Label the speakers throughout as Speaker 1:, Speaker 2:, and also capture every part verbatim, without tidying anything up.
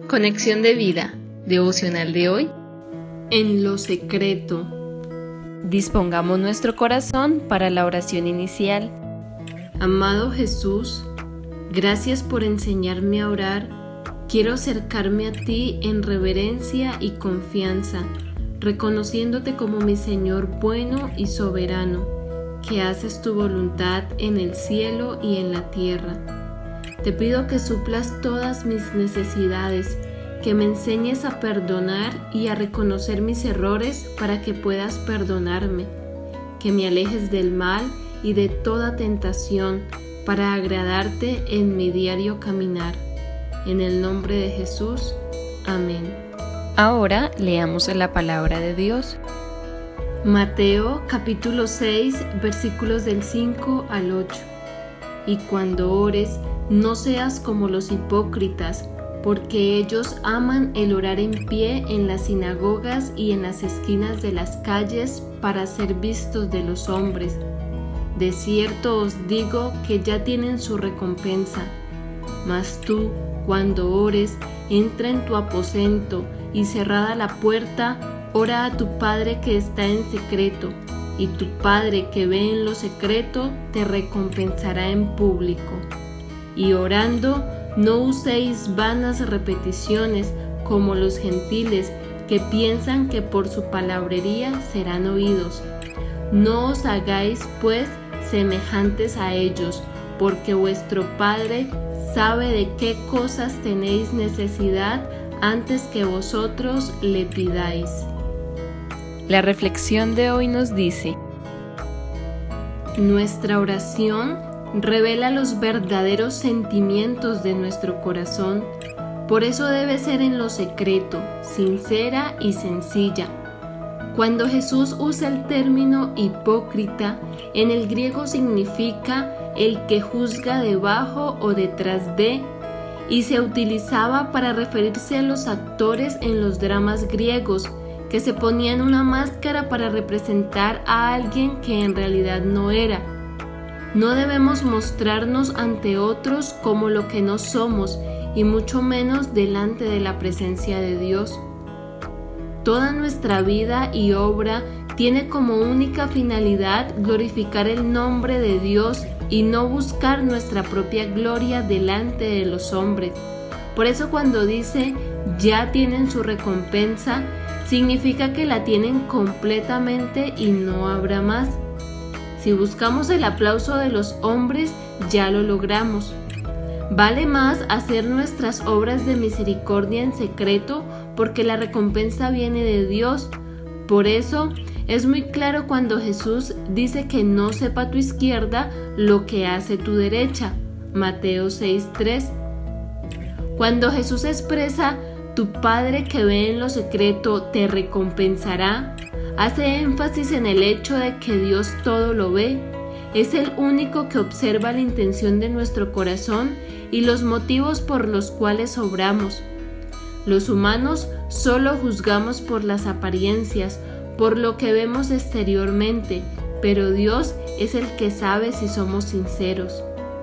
Speaker 1: Conexión de vida, devocional de hoy.
Speaker 2: En lo secreto. Dispongamos nuestro corazón para la oración inicial. Amado Jesús, gracias por enseñarme a orar. Quiero acercarme a ti en reverencia y confianza, reconociéndote como mi Señor bueno y soberano, que haces tu voluntad en el cielo y en la tierra. Te pido que suplas todas mis necesidades, que me enseñes a perdonar y a reconocer mis errores para que puedas perdonarme, que me alejes del mal y de toda tentación para agradarte en mi diario caminar. En el nombre de Jesús, amén.
Speaker 3: Ahora leamos la palabra de Dios.
Speaker 2: Mateo capítulo seis, versículos del cinco al ocho. Y cuando ores, no seas como los hipócritas, porque ellos aman el orar en pie en las sinagogas y en las esquinas de las calles para ser vistos de los hombres. De cierto os digo que ya tienen su recompensa. Mas tú, cuando ores, entra en tu aposento y cerrada la puerta, ora a tu Padre que está en secreto, y tu Padre que ve en lo secreto te recompensará en público. Y orando, no uséis vanas repeticiones como los gentiles que piensan que por su palabrería serán oídos. No os hagáis, pues, semejantes a ellos, porque vuestro Padre sabe de qué cosas tenéis necesidad antes que vosotros le pidáis.
Speaker 3: La reflexión de hoy nos dice:
Speaker 2: nuestra oración revela los verdaderos sentimientos de nuestro corazón, por eso debe ser en lo secreto, sincera y sencilla. Cuando Jesús usa el término hipócrita, en el griego significa el que juzga debajo o detrás de, y se utilizaba para referirse a los actores en los dramas griegos, que se ponían una máscara para representar a alguien que en realidad no era. No debemos mostrarnos ante otros como lo que no somos, y mucho menos delante de la presencia de Dios. Toda nuestra vida y obra tiene como única finalidad glorificar el nombre de Dios y no buscar nuestra propia gloria delante de los hombres. Por eso cuando dice ya tienen su recompensa, significa que la tienen completamente y no habrá más. Si buscamos el aplauso de los hombres, ya lo logramos. Vale más hacer nuestras obras de misericordia en secreto, porque la recompensa viene de Dios. Por eso es muy claro cuando Jesús dice que no sepa tu izquierda lo que hace tu derecha. Mateo seis tres. Cuando Jesús expresa tu Padre que ve en lo secreto te recompensará, hace énfasis en el hecho de que Dios todo lo ve. Es el único que observa la intención de nuestro corazón y los motivos por los cuales obramos. Los humanos solo juzgamos por las apariencias, por lo que vemos exteriormente, pero Dios es el que sabe si somos sinceros.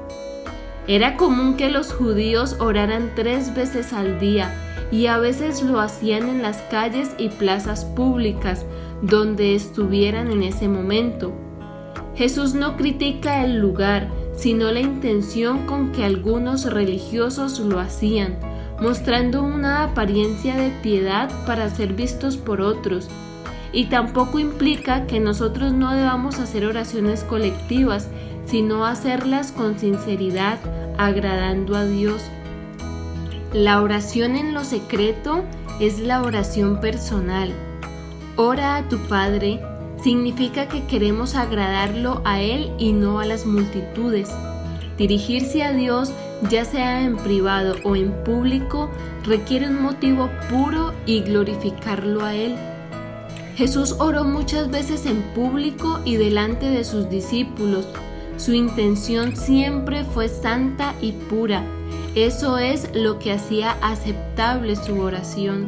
Speaker 2: Era común que los judíos oraran tres veces al día, y a veces lo hacían en las calles y plazas públicas donde estuvieran en ese momento. Jesús no critica el lugar, sino la intención con que algunos religiosos lo hacían, mostrando una apariencia de piedad para ser vistos por otros. Y tampoco implica que nosotros no debamos hacer oraciones colectivas, sino hacerlas con sinceridad, agradando a Dios. La oración en lo secreto es la oración personal. Ora a tu Padre significa que queremos agradarlo a Él y no a las multitudes. Dirigirse a Dios, ya sea en privado o en público, requiere un motivo puro y glorificarlo a Él. Jesús oró muchas veces en público y delante de sus discípulos. Su intención siempre fue santa y pura. Eso es lo que hacía aceptable su oración.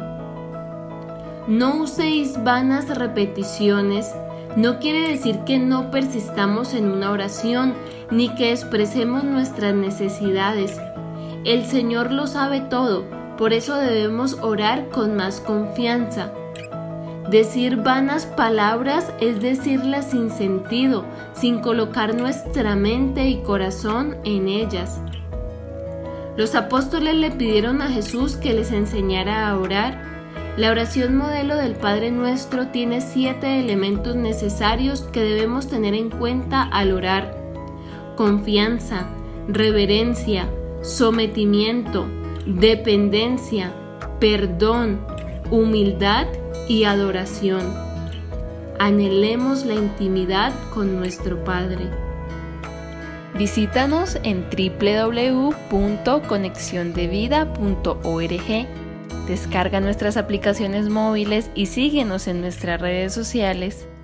Speaker 2: No uséis vanas repeticiones. No quiere decir que no persistamos en una oración, ni que expresemos nuestras necesidades. El Señor lo sabe todo, Por eso debemos orar con más confianza. Decir vanas palabras es decirlas sin sentido, sin colocar nuestra mente y corazón en ellas. Los apóstoles le pidieron a Jesús que les enseñara a orar. La oración modelo del Padre Nuestro tiene siete elementos necesarios que debemos tener en cuenta al orar: confianza, reverencia, sometimiento, dependencia, perdón, humildad y adoración. Anhelemos la intimidad con nuestro Padre.
Speaker 3: Visítanos en doble u doble u doble u punto conexión de vida punto org. Descarga nuestras aplicaciones móviles y síguenos en nuestras redes sociales.